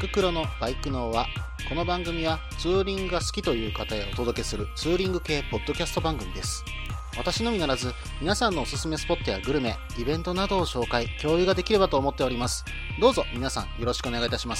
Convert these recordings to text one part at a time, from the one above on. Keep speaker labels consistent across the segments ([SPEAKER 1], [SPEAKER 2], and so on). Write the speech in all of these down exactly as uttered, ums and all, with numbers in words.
[SPEAKER 1] ククロのバイク脳は、この番組はツーリングが好きという方へお届けするツーリング系ポッドキャスト番組です。私のみならず皆さんのおすすめスポットやグルメ、イベントなどを紹介、共有ができればと思っております。どうぞ皆さんよろしくお願いいたします。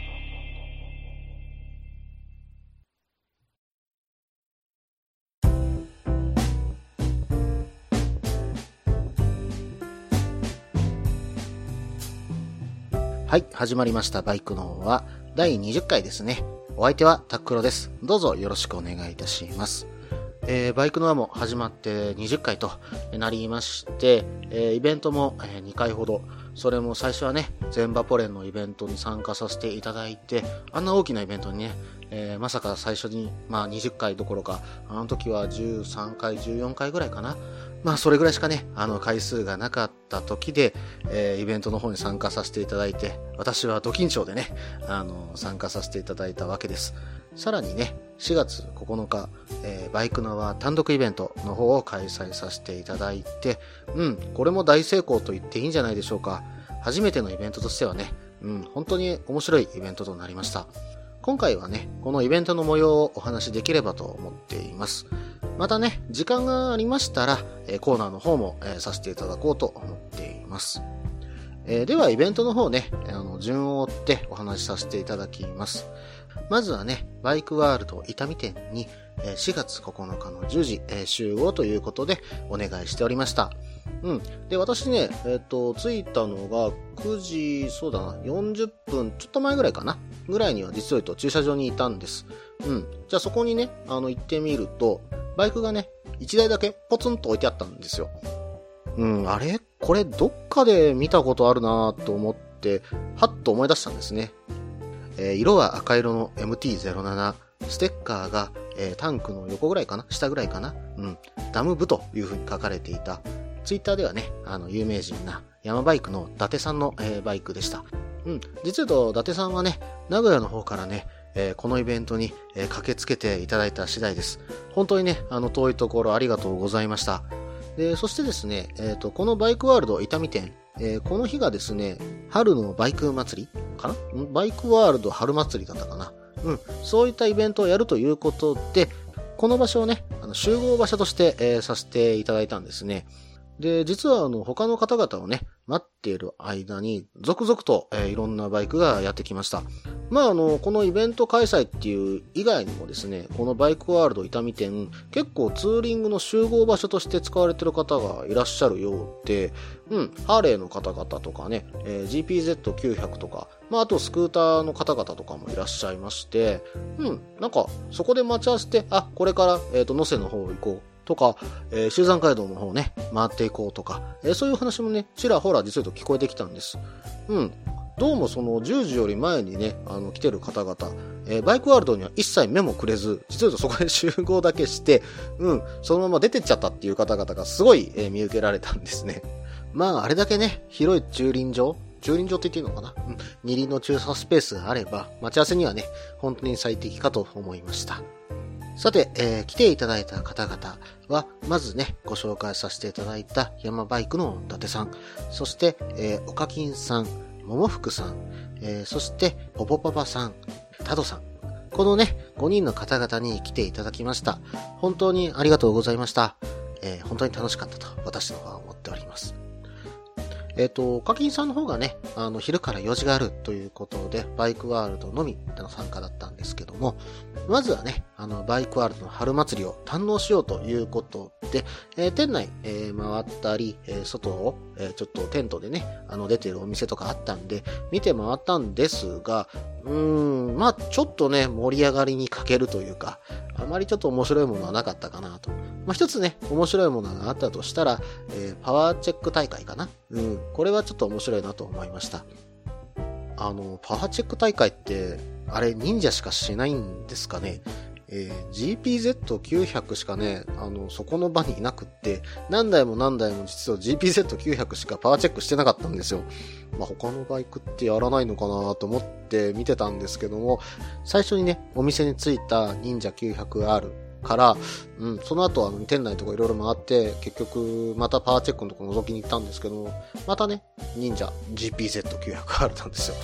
[SPEAKER 1] はい、始まりましたバイク脳はだいにじゅっかいですね。お相手はタックロです。どうぞよろしくお願いいたします。えー、バイクノアも始まってにじゅっかいとなりまして、えー、イベントもにかいほど、それも最初はね、ゼンバポレンのイベントに参加させていただいて、あんな大きなイベントにね、えー、まさか最初に、まあにじゅっかいどころか、あの時はじゅうさんかい、じゅうよんかいぐらいかな。まあそれぐらいしかね、あの回数がなかった時で、えー、イベントの方に参加させていただいて、私はド緊張でね、あの、参加させていただいたわけです。さらにね、しがつここのか、えー、バイクナワ単独イベントの方を開催させていただいて、うん、これも大成功と言っていいんじゃないでしょうか。初めてのイベントとしてはね、うん、本当に面白いイベントとなりました。今回はね、このイベントの模様をお話しできればと思っています。またね、時間がありましたら、えー、コーナーの方も、えー、させていただこうと思っています。えー、ではイベントの方ね、あの順を追ってお話しさせていただきます。まずはね、バイクワールド伊丹店にしがつここのかのじゅうじ集合ということでお願いしておりました。うん。で、私ね、えっと、着いたのがくじ、そうだな、よんじゅっぷんちょっと前ぐらいかなぐらいには実を言うと駐車場にいたんです。うん。じゃあそこにね、あの、行ってみると、バイクがね、いちだいだけポツンと置いてあったんですよ。うん、あれこれどっかで見たことあるなと思って、はっと思い出したんですね。えー、色は赤色の エムティーゼロなな、ステッカーが、えー、タンクの横ぐらいかな下ぐらいかなうん。ダム部という風に書かれていた。ツイッターではね、あの、有名人な山バイクの伊達さんの、えー、バイクでした。うん。実は言うと、伊達さんはね、名古屋の方からね、えー、このイベントに、えー、駆けつけていただいた次第です。本当にね、あの、遠いところありがとうございました。で、そしてですね、えっと、このバイクワールド伊丹店、えー、この日がですね、春のバイク祭りかなバイクワールド春祭りだったかなうん。そういったイベントをやるということで、この場所をね、あの集合場所として、えー、させていただいたんですね。で、実はあの、他の方々をね、待っている間に、続々と、えー、いろんなバイクがやってきました。まああの、このイベント開催っていう以外にもですね、このバイクワールド伊丹店、結構ツーリングの集合場所として使われている方がいらっしゃるようで、うん、ハーレーの方々とかね、えー、ジーピーゼットきゅうひゃく とか、まああとスクーターの方々とかもいらっしゃいまして、うん、なんかそこで待ち合わせて、あ、これから、えっと、能勢の方行こう。とか、えー、集山街道の方ね、回っていこうとか、えー、そういう話もね、ちらほら実は聞こえてきたんです。うん。どうもそのじゅうじより前にね、あの、来てる方々、えー、バイクワールドには一切目もくれず、実は言うとそこで集合だけして、うん、そのまま出てっちゃったっていう方々がすごい、えー、見受けられたんですね。まあ、あれだけね、広い駐輪場駐輪場って言っていいのかなうん。二輪の駐車スペースがあれば、待ち合わせにはね、本当に最適かと思いました。さて、えー、来ていただいた方々は、まずね、ご紹介させていただいた山バイクの伊達さん、そして、えー、おかきんさん、ももふくさん、えー、そして、ぽぽパパさん、タドさん。このね、ごにんの方々に来ていただきました。本当にありがとうございました。えー、本当に楽しかったと、私の方は思っております。えっと、おかきんさんの方がね、あの、昼から用事があるということで、バイクワールドのみの参加だったんですけども、まずはね、あの、バイクワールドの春祭りを堪能しようということで、えー、店内、えー、回ったり、えー、外を、えー、ちょっとテントでね、あの、出てるお店とかあったんで、見て回ったんですが、うーん、まあちょっとね、盛り上がりに欠けるというか、あまりちょっと面白いものはなかったかなと。まあ一つね、面白いものがあったとしたら、えー、パワーチェック大会かな。うん、これはちょっと面白いなと思いました。あの、パワーチェック大会って、あれ忍者しかしないんですかね。えー、ジーピーゼットきゅうひゃく しかね、あの、そこの場にいなくって、何台も何台も実は ジーピーゼットきゅうひゃく しかパワーチェックしてなかったんですよ。まあ、他のバイクってやらないのかなと思って見てたんですけども、最初にね、お店に着いた忍者 きゅうひゃくアール から、うん、その後は店内とかいろいろ回って、結局またパワーチェックのとこ覗きに行ったんですけども、またね、忍者 ジーピーゼットきゅうひゃくアール なんですよ。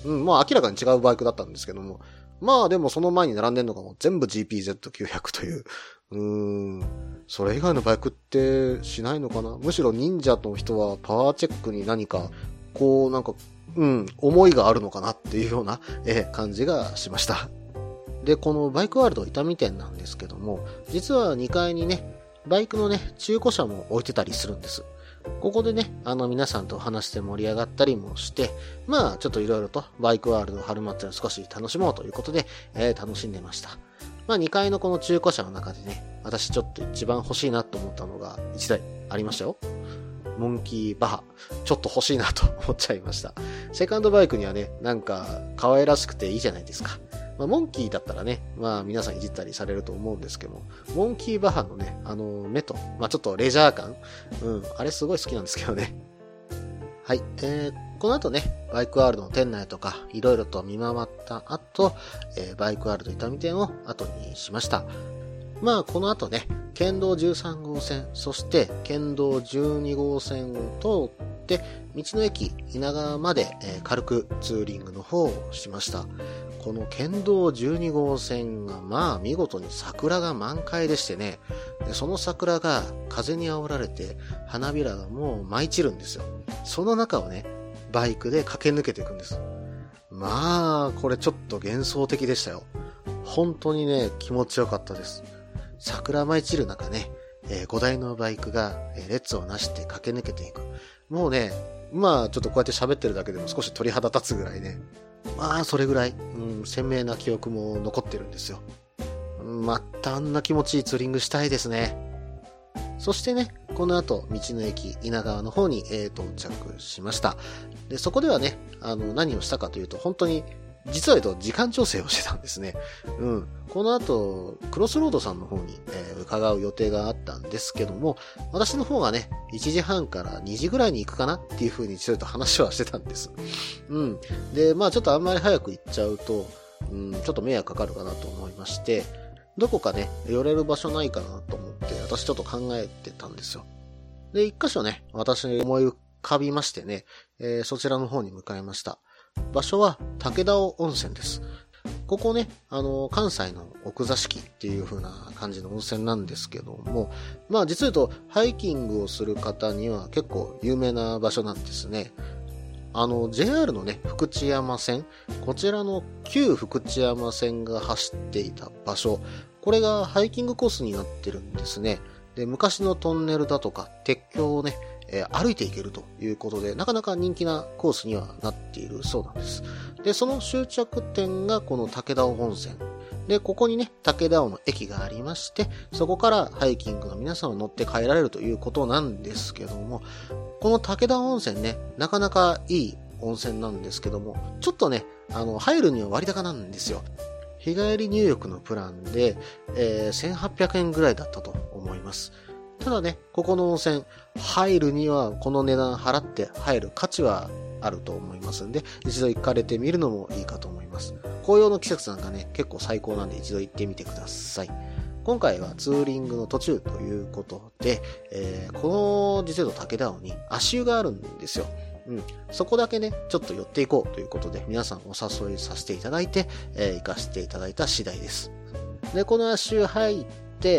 [SPEAKER 1] うん、まあ明らかに違うバイクだったんですけども。まあでもその前に並んでんのがもう全部 ジーピーゼットきゅうひゃく という。うーん。それ以外のバイクってしないのかな。むしろ忍者の人はパワーチェックに何か、こうなんか、うん、思いがあるのかなっていうような、えー、感じがしました。で、このバイクワールド伊丹店なんですけども、実はにかいにね、バイクのね、中古車も置いてたりするんです。ここでね、あの皆さんと話して盛り上がったりもして、まあちょっといろいろとバイクワールド春祭りを少し楽しもうということで、えー、楽しんでました。まあにかいのこの中古車の中でね、私ちょっと一番欲しいなと思ったのがいちだいありましたよ。モンキーバハ。ちょっと欲しいなと思っちゃいました。セカンドバイクにはね、なんか可愛らしくていいじゃないですか。まあ、モンキーだったらね、まあ皆さんいじったりされると思うんですけども、モンキーバハのね、あの目と、まあちょっとレジャー感、うん、あれすごい好きなんですけどね。はい、えー、この後ね、バイクワールドの店内とか、いろいろと見回った後、えー、バイクワールド伊丹店を後にしました。まあこの後ね、県道じゅうさんごうせん、そして県道じゅうにごうせんを通って、道の駅稲川まで、えー、軽くツーリングの方をしました。この県道じゅうにごうせんがまあ見事に桜が満開でしてね、でその桜が風に煽られて花びらがもう舞い散るんですよ。その中をね、バイクで駆け抜けていくんです。まあこれちょっと幻想的でしたよ。本当にね、気持ちよかったです。桜舞い散る中ね、えー、ごだいのバイクが、えー、列をなして駆け抜けていく。もうね、まあちょっとこうやって喋ってるだけでも少し鳥肌立つぐらいね、まあそれぐらい、うん、鮮明な記憶も残ってるんですよ。またあんな気持ちいいツーリングしたいですね。そしてね、この後道の駅稲川の方に、えー、到着しました。でそこではね、あの何をしたかというと、本当に実は言うと時間調整をしてたんですね。うん。この後、クロスロードさんの方に、えー、伺う予定があったんですけども、私の方がね、いちじはんからにじぐらいに行くかなっていう風にちょっと話はしてたんです。うん。で、まあちょっとあんまり早く行っちゃうと、うん、ちょっと迷惑かかるかなと思いまして、どこかね、寄れる場所ないかなと思って、私ちょっと考えてたんですよ。で、一箇所ね、私に思い浮かびましてね、えー、そちらの方に向かいました。場所は武田尾温泉です。ここね、あの、関西の奥座敷っていう風な感じの温泉なんですけども、まあ実は言うと、ハイキングをする方には結構有名な場所なんですね。あの、ジェイアール のね、福知山線、こちらの旧福知山線が走っていた場所、これがハイキングコースになってるんですね。で、昔のトンネルだとか、鉄橋をね、えー、歩いていけるということで、なかなか人気なコースにはなっているそうなんです。で、その終着点がこの武田尾温泉。で、ここにね、武田尾の駅がありまして、そこからハイキングの皆さんを乗って帰られるということなんですけども、この武田尾温泉ね、なかなかいい温泉なんですけども、ちょっとね、あの、入るには割高なんですよ。日帰り入浴のプランで、えー、せんはっぴゃくえんぐらいだったと思います。ただね、ここの温泉、入るにはこの値段払って入る価値はあると思いますんで、一度行かれてみるのもいいかと思います。紅葉の季節なんかね、結構最高なんで一度行ってみてください。今回はツーリングの途中ということで、えー、この実は武田尾に足湯があるんですよ。うん、そこだけね、ちょっと寄っていこうということで、皆さんお誘いさせていただいて、えー、行かせていただいた次第です。で、この足湯入って、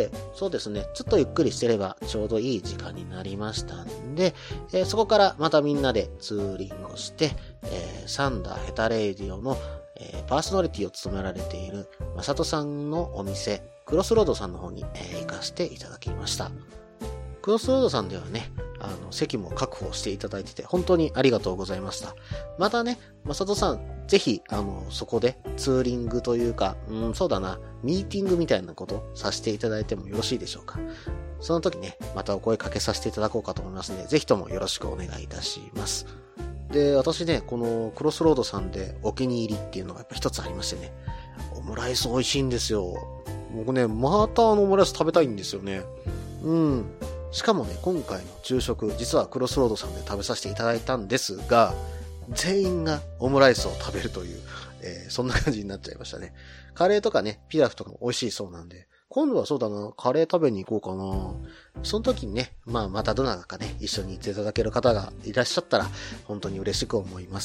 [SPEAKER 1] そうですね、ちょっとゆっくりしてればちょうどいい時間になりましたんで、えー、そこからまたみんなでツーリングをして、えー、サンダーヘタレイディオの、えー、パーソナリティを務められているまさとさんのお店、クロスロードさんの方に、えー、行かせていただきました。クロスロードさんではね、あの、席も確保していただいてて、本当にありがとうございました。またね、まさとさん、ぜひ、あの、そこでツーリングというか、うん、そうだな、ミーティングみたいなことさせていただいてもよろしいでしょうか。その時ね、またお声かけさせていただこうかと思いますので、ぜひともよろしくお願いいたします。で、私ね、このクロスロードさんでお気に入りっていうのがやっぱ一つありましてね、オムライス美味しいんですよ。僕ね、またあのオムライス食べたいんですよね。うん。しかもね、今回の昼食、実はクロスロードさんで食べさせていただいたんですが、全員がオムライスを食べるという、えー、そんな感じになっちゃいましたね。カレーとかね、ピラフとかも美味しいそうなんで、今度はそうだな、カレー食べに行こうかな。その時にね、まあまたどなたかね、一緒に行っていただける方がいらっしゃったら、本当に嬉しく思います。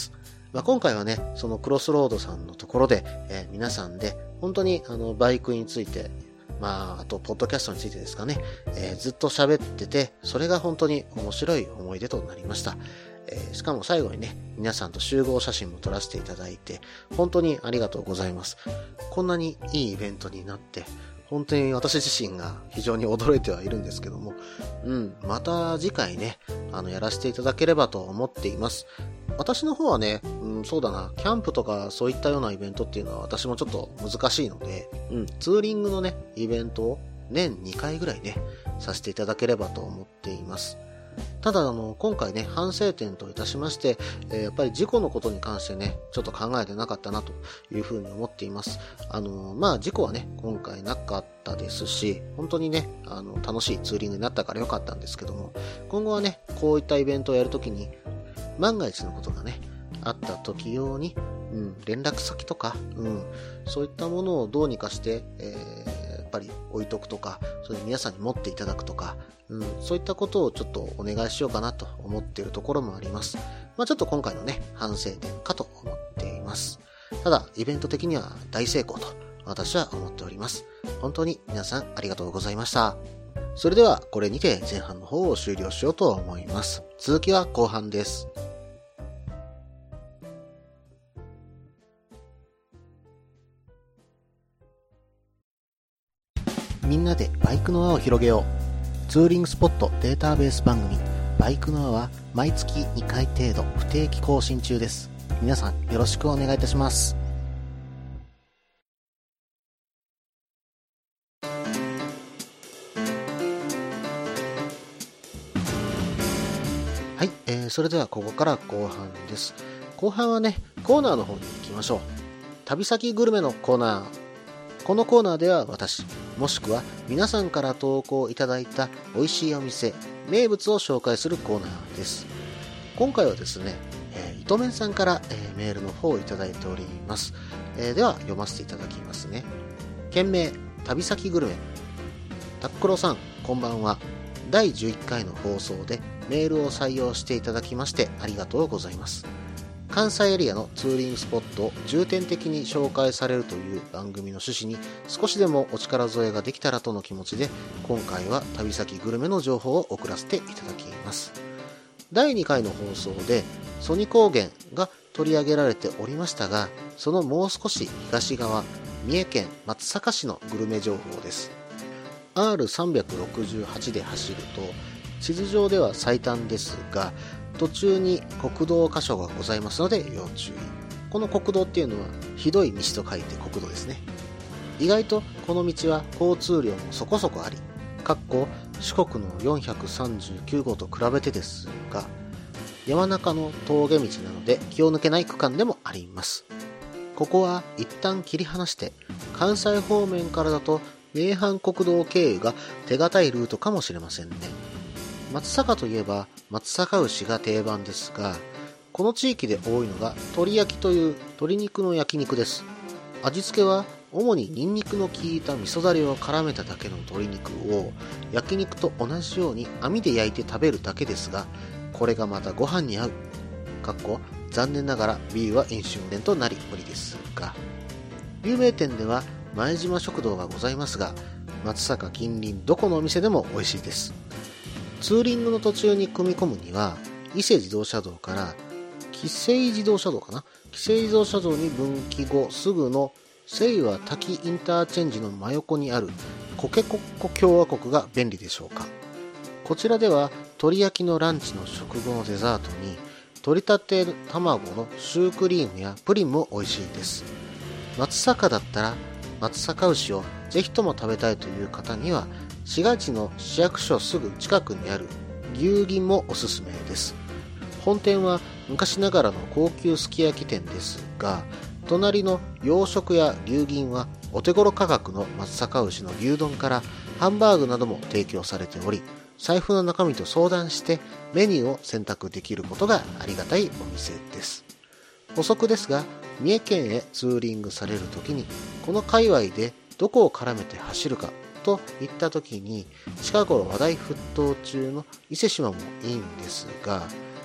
[SPEAKER 1] まあ、今回はね、そのクロスロードさんのところで、えー、皆さんで本当にあのバイクについて、まあ、あとポッドキャストについてですかね、えー、ずっと喋ってて、それが本当に面白い思い出となりました。えー、しかも最後にね、皆さんと集合写真も撮らせていただいて、本当にありがとうございます。こんなにいいイベントになって、本当に私自身が非常に驚いてはいるんですけども、うん、また次回ね、あの、やらせていただければと思っています。私の方はね、うん、そうだな、キャンプとかそういったようなイベントっていうのは私もちょっと難しいので、うん、ツーリングのね、イベントを年にかいぐらいね、させていただければと思っています。ただ、あの、今回ね、反省点といたしまして、えー、やっぱり事故のことに関してね、ちょっと考えてなかったなというふうに思っています。あの、まあ、事故はね、今回なかったですし、本当にね、あの、楽しいツーリングになったから良かったんですけども、今後はね、こういったイベントをやるときに、万が一のことがね、あった時用に、うん、連絡先とか、うん、そういったものをどうにかして、えー、やっぱり置いとくとか、それで皆さんに持っていただくとか、うん、そういったことをちょっとお願いしようかなと思っているところもあります。まあちょっと今回のね、反省点かと思っています。ただ、イベント的には大成功と私は思っております。本当に皆さんありがとうございました。それではこれにて前半の方を終了しようと思います。続きは後半です。みんなでバイクの輪を広げよう。ツーリングスポットデータベース番組バイクの輪は毎月にかい程度不定期更新中です。皆さんよろしくお願いいたします。はい、えー、それではここから後半です。後半はね、コーナーの方に行きましょう。旅先グルメのコーナー。このコーナーでは私、もしくは皆さんから投稿いただいた美味しいお店、名物を紹介するコーナーです。今回はですね、えー、糸面さんから、えー、メールの方をいただいております。えー、では読ませていただきますね。件名、旅先グルメ。タックロさん、こんばんは。だいじゅういっかいの放送でメールを採用していただきましてありがとうございます。関西エリアのツーリングスポットを重点的に紹介されるという番組の趣旨に少しでもお力添えができたらとの気持ちで、今回は旅先グルメの情報を送らせていただきます。だいにかいの放送で曽爾高原が取り上げられておりましたが、そのもう少し東側、三重県松阪市のグルメ情報です。アールさんびゃくろくじゅうはち で走ると地図上では最短ですが、途中に国道箇所がございますので要注意。この国道っていうのはひどい道と書いて国道ですね。意外とこの道は交通量もそこそこあり、かっこ四国のよんひゃくさんじゅうきゅうごうと比べてですが、山中の峠道なので気を抜けない区間でもあります。ここは一旦切り離して関西方面からだと名阪国道経由が手堅いルートかもしれませんね。松阪といえば松阪牛が定番ですが、この地域で多いのが鶏焼きという鶏肉の焼肉です。味付けは主にニンニクの効いた味噌だれを絡めただけの鶏肉を焼肉と同じように網で焼いて食べるだけですが、これがまたご飯に合う。かっこ残念ながら B は飲酒運転となり無理ですが、有名店では前島食堂がございますが、松阪近隣どこのお店でも美味しいです。ツーリングの途中に組み込むには伊勢自動車道から紀勢自動車道かな紀勢自動車道に分岐後すぐの清和滝インターチェンジの真横にあるコケコッコ共和国が便利でしょうか。こちらでは鶏焼きのランチの食後のデザートに取り立て卵のシュークリームやプリンも美味しいです。松阪だったら松阪牛をぜひとも食べたいという方には市街地の市役所すぐ近くにある牛銀もおすすめです。本店は昔ながらの高級すき焼き店ですが、隣の洋食や牛銀はお手頃価格の松阪牛の牛丼からハンバーグなども提供されており、財布の中身と相談してメニューを選択できることがありがたいお店です。補足ですが、三重県へツーリングされるときにこの界隈でどこを絡めて走るかといったときに、近頃話題沸騰中の伊勢志摩もいいんですが、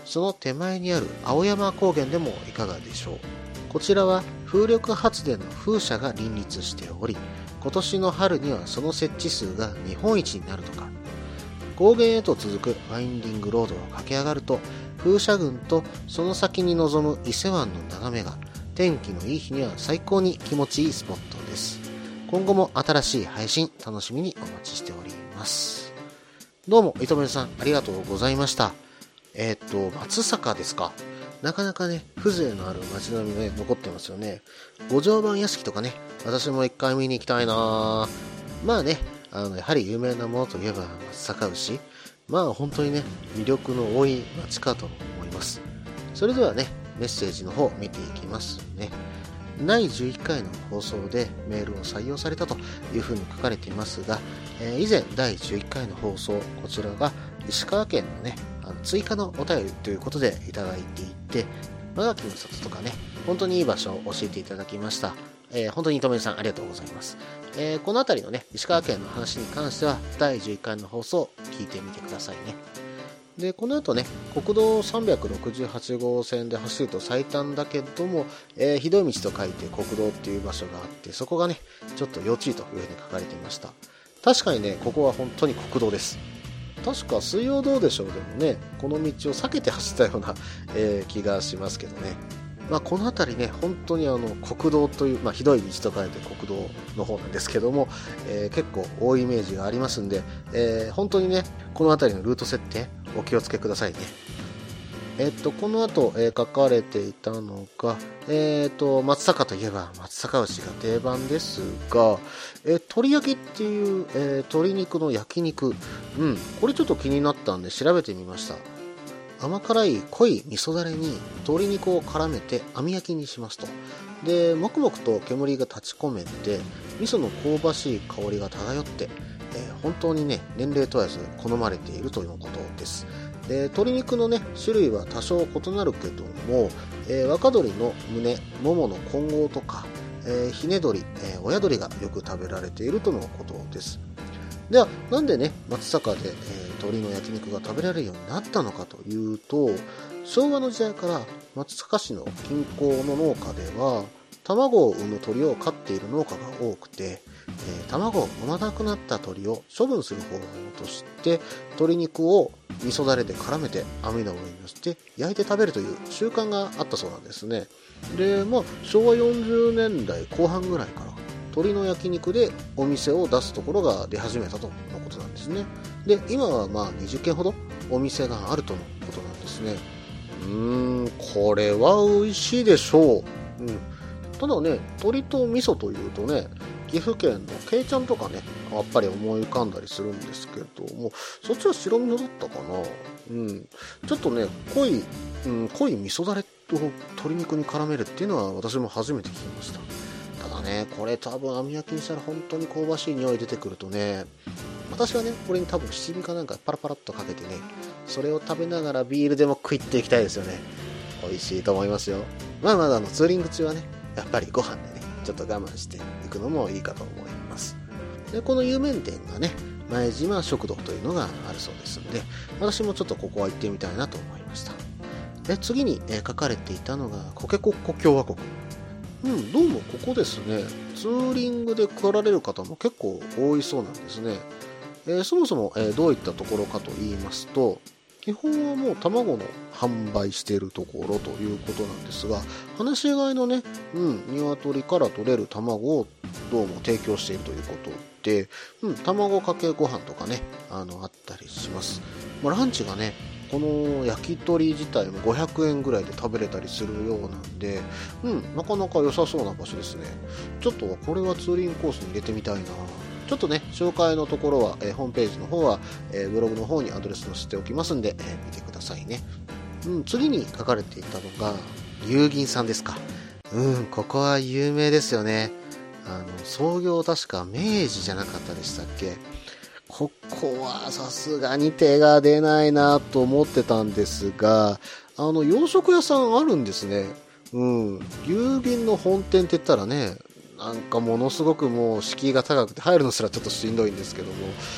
[SPEAKER 1] その手前にある青山高原でもいかがでしょう。こちらは風力発電の風車が林立しており、今年の春にはその設置数が日本一になるとか。高原へと続くワインディングロードを駆け上がると、風車群とその先に望む伊勢湾の眺めが天気のいい日には最高に気持ちいいスポットです。今後も新しい配信楽しみにお待ちしております。どうも糸目さんありがとうございました。えっと松坂ですか。なかなかね風情のある街並みが、ね、残ってますよね。五条番屋敷とかね、私も一回見に行きたいな。まあね、あのやはり有名なものといえば松阪牛、まあ本当にね魅力の多い街かと思います。それではねメッセージの方見ていきますね。だいじゅういっかいの放送でメールを採用されたというふうに書かれていますが、えー、以前だいじゅういっかいの放送、こちらが石川県のねあの追加のお便りということでいただいていて、間垣の里とかね本当にいい場所を教えていただきました。えー、本当に糸目さんありがとうございます。えー、このあたりのね石川県の話に関してはだいじゅういっかいの放送を聞いてみてくださいね。でこの後ね国道さんびゃくろくじゅうはちごうせんで走ると最短だけども、えー、ひどい道と書いて国道っていう場所があって、そこがねちょっと要注意というふうに書かれていました。確かにねここは本当に国道です。確か水曜どうでしょうでもねこの道を避けて走ったような、えー、気がしますけどね。まあ、この辺りね本当にあの国道という、まあ、ひどい道と書いて国道の方なんですけども、えー、結構多いイメージがありますんで、えー、本当にねこの辺りのルート設定お気をつけくださいね。えっとこの後、えー、書かれていたのが、えっと松阪といえば松阪牛が定番ですが、えー、鶏焼きっていう、えー、鶏肉の焼肉、うん、これちょっと気になったんで調べてみました。甘辛い濃い味噌だれに鶏肉を絡めて網焼きにしますと。でもくもくと煙が立ち込めて味噌の香ばしい香りが漂って、えー、本当にね年齢問わず好まれているということです。で鶏肉のね種類は多少異なるけども、えー、若鶏の胸ももの混合とか、えー、ひね鶏、えー、親鶏がよく食べられているとのことです。ではなんでね松阪で、えー、鶏の焼肉が食べられるようになったのかというと、昭和の時代から松阪市の近郊の農家では卵を産む鶏を飼っている農家が多くて、えー、卵を産まなくなった鶏を処分する方法として鶏肉を味噌だれで絡めて網の上に乗せて焼いて食べるという習慣があったそうなんですね。でまあ昭和よんじゅうねんだいこう半ぐらいから鶏の焼肉でお店を出すところが出始めたとのことなんですね。で今はまあにじゅっけんほどお店があるとのことなんですね。うーんこれは美味しいでしょう。うん、ただね鶏と味噌というとね岐阜県のけいちゃんとかねやっぱり思い浮かんだりするんですけども、そっちは白味噌だったかな。うん、ちょっとね濃い、うん、濃い味噌だれを鶏肉に絡めるっていうのは私も初めて聞きました。ただねこれ多分網焼きにしたら本当に香ばしい匂い出てくるとね、私はねこれに多分七味かなんかパラパラっとかけてねそれを食べながらビールでも食いっていきたいですよね。美味しいと思いますよ。まあまだあのツーリング中はねやっぱりご飯でねちょっと我慢していくのもいいかと思います。でこの有名店がね前島食堂というのがあるそうですので、私もちょっとここは行ってみたいなと思いました。で次に、えー、書かれていたのがコケコッコ共和国。うん、どうもここですねツーリングで来られる方も結構多いそうなんですね。えー、そもそも、えー、どういったところかと言いますと、基本はもう卵の販売しているところということなんですが、放し飼いのね、うん、鶏から取れる卵をどうも提供しているということで、うん、卵かけご飯とかね、あの、あったりします。まあ、ランチがね、この焼き鳥自体もごひゃくえんぐらいで食べれたりするようなんで、うん、なかなか良さそうな場所ですね。ちょっとこれはツーリングコースに入れてみたいな。ちょっとね、紹介のところは、えー、ホームページの方は、えー、ブログの方にアドレス載せておきますんで、えー、見てくださいね。うん、次に書かれていたのが、友銀さんですか。うん、ここは有名ですよね。あの、創業確か明治じゃなかったでしたっけ。ここはさすがに手が出ないなと思ってたんですが、あの、洋食屋さんあるんですね。うん、友銀の本店って言ったらね、なんかものすごくもう敷居が高くて入るのすらちょっとしんどいんですけども、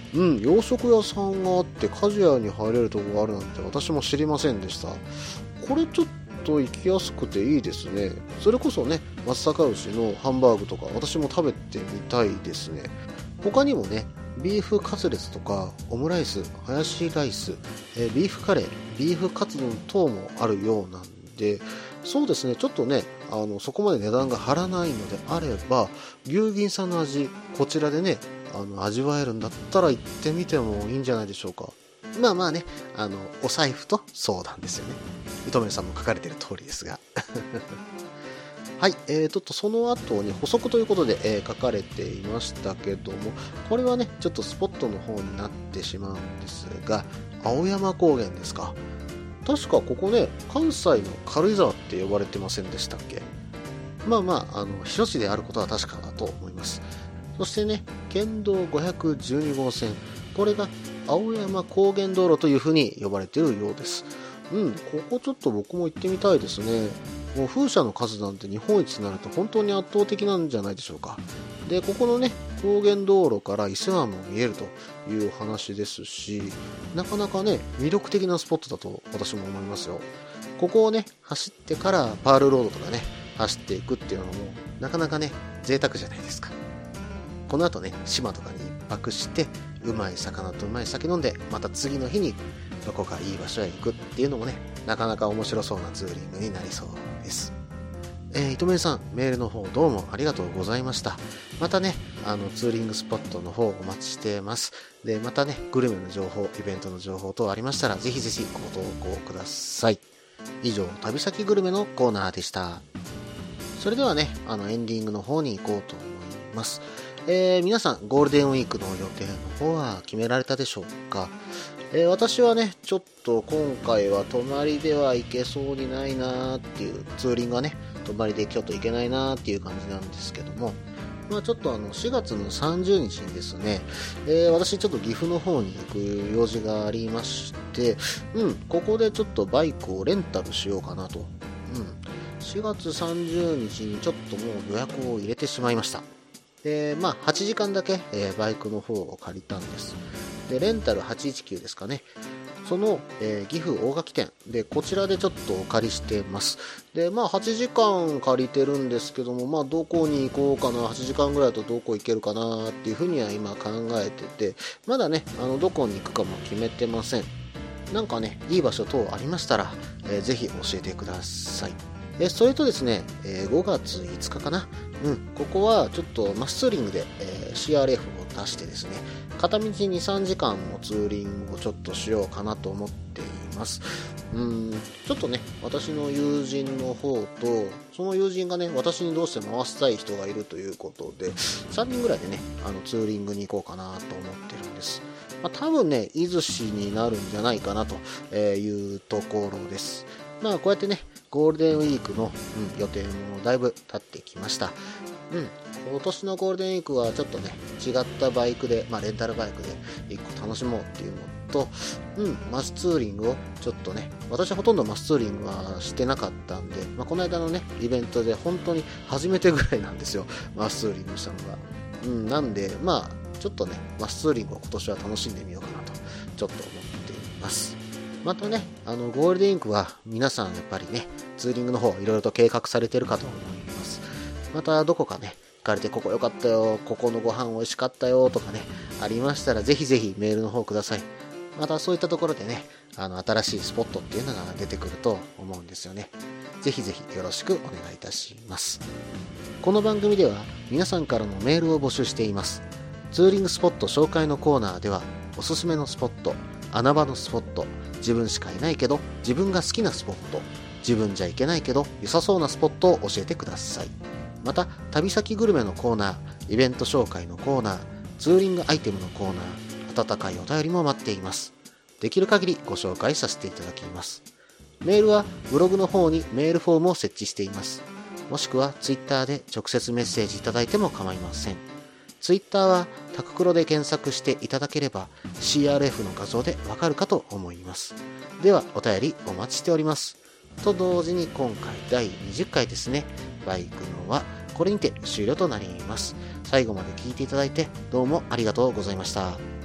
[SPEAKER 1] うん、洋食屋さんがあってカジュアルに入れるところがあるなんて私も知りませんでした。これちょっと行きやすくていいですね。それこそね、松阪牛のハンバーグとか私も食べてみたいですね。他にもね、ビーフカツレツとかオムライス、ハヤシライス、えー、ビーフカレー、ビーフカツ丼等もあるようなんで、そうですね、ちょっとね、あのそこまで値段が張らないのであれば、牛銀さんの味こちらでね、あの味わえるんだったら行ってみてもいいんじゃないでしょうか。まあまあね、あのお財布と相談ですよね。糸目さんも書かれている通りですがはい、えー、ちょっとその後に補足ということで、えー、書かれていましたけども、これはねちょっとスポットの方になってしまうんですが、青山高原ですか。確かここね、関西の軽井沢って呼ばれてませんでしたっけ。まあまあ、あの広地であることは確かだと思います。そしてね、県道ごひゃくじゅうに号線、これが青山高原道路というふうに呼ばれているようです。うん、ここちょっと僕も行ってみたいですね。もう風車の数なんて日本一になると本当に圧倒的なんじゃないでしょうか。で、ここのね、高原道路から伊勢湾も見えるという話ですし、なかなかね、魅力的なスポットだと私も思いますよ。ここをね、走ってからパールロードとかね、走っていくっていうのも、なかなかね、贅沢じゃないですか。この後ね、島とかに一泊して、うまい魚とうまい酒飲んで、また次の日にどこかいい場所へ行くっていうのもね、なかなか面白そうなツーリングになりそうです。えー、糸目さん、メールの方どうもありがとうございました。またね、あのツーリングスポットの方お待ちしています。で、またね、グルメの情報、イベントの情報等ありましたら、ぜひぜひご投稿ください。以上、旅先グルメのコーナーでした。それではね、あのエンディングの方に行こうと思います。えー、皆さんゴールデンウィークの予定の方は決められたでしょうか。えー、私はね、ちょっと今回は泊まりでは行けそうにないなーっていう、ツーリングはね、泊まりで京都行けないなーっていう感じなんですけども、まあちょっとあのしがつのさんじゅうにちにですね、えー、私ちょっと岐阜の方に行く用事がありまして、うん、ここでちょっとバイクをレンタルしようかなと。うん、しがつさんじゅうにちにちょっともう予約を入れてしまいました。で、まあはちじかんだけ、えー、バイクの方を借りたんです。で、レンタルはちいちきゅうですかね。その、えー、岐阜大垣店で、こちらでちょっとお借りしてます。で、まあはちじかん借りてるんですけども、まあどこに行こうかな、はちじかんぐらいだとどこ行けるかなっていうふうには今考えてて、まだね、あのどこに行くかも決めてません。なんかね、いい場所等ありましたら、えー、ぜひ教えてください。えー、それとですね、えー、ごがついつかかな。うん、ここはちょっとマスツーリングで、えー、シーアールエフ を出してですね、片道に、さんじかんのツーリングをちょっとしようかなと思っています。うーん、ちょっとね、私の友人の方と、その友人がね、私にどうして回したい人がいるということで、さんにんぐらいでね、あのツーリングに行こうかなと思ってるんです。まあ、多分ね、伊豆市になるんじゃないかなというところです。まあこうやってね、ゴールデンウィークの、うん、予定もだいぶ経ってきました。うん、今年のゴールデンウィークはちょっとね、違ったバイクで、まあレンタルバイクで一個楽しもうっていうのと、うん、マスツーリングをちょっとね、私はほとんどマスツーリングはしてなかったんで、まあこの間のね、イベントで本当に初めてぐらいなんですよ、マスツーリングしたのが。うん、なんで、まあちょっとね、マスツーリングを今年は楽しんでみようかなと、ちょっと思っています。またね、あのゴールデンウィークは皆さんやっぱりね、ツーリングの方いろいろと計画されてるかと思います。またどこかね、行かれてここ良かったよ、ここのご飯美味しかったよとかね、ありましたらぜひぜひメールの方ください。またそういったところでね、あの新しいスポットっていうのが出てくると思うんですよね。ぜひぜひよろしくお願いいたします。この番組では皆さんからのメールを募集しています。ツーリングスポット紹介のコーナーでは、おすすめのスポット、穴場のスポット、自分しかいないけど自分が好きなスポット、自分じゃいけないけど良さそうなスポットを教えてください。また旅先グルメのコーナー、イベント紹介のコーナー、ツーリングアイテムのコーナー、温かいお便りも待っています。できる限りご紹介させていただきます。メールはブログの方にメールフォームを設置しています。もしくはツイッターで直接メッセージいただいても構いません。ツイッターはタククロで検索していただければ シーアールエフ の画像でわかるかと思います。ではお便りお待ちしております。と同時に今回だいにじゅっかいですね、バイクのはこれにて終了となります。最後まで聞いていただいてどうもありがとうございました。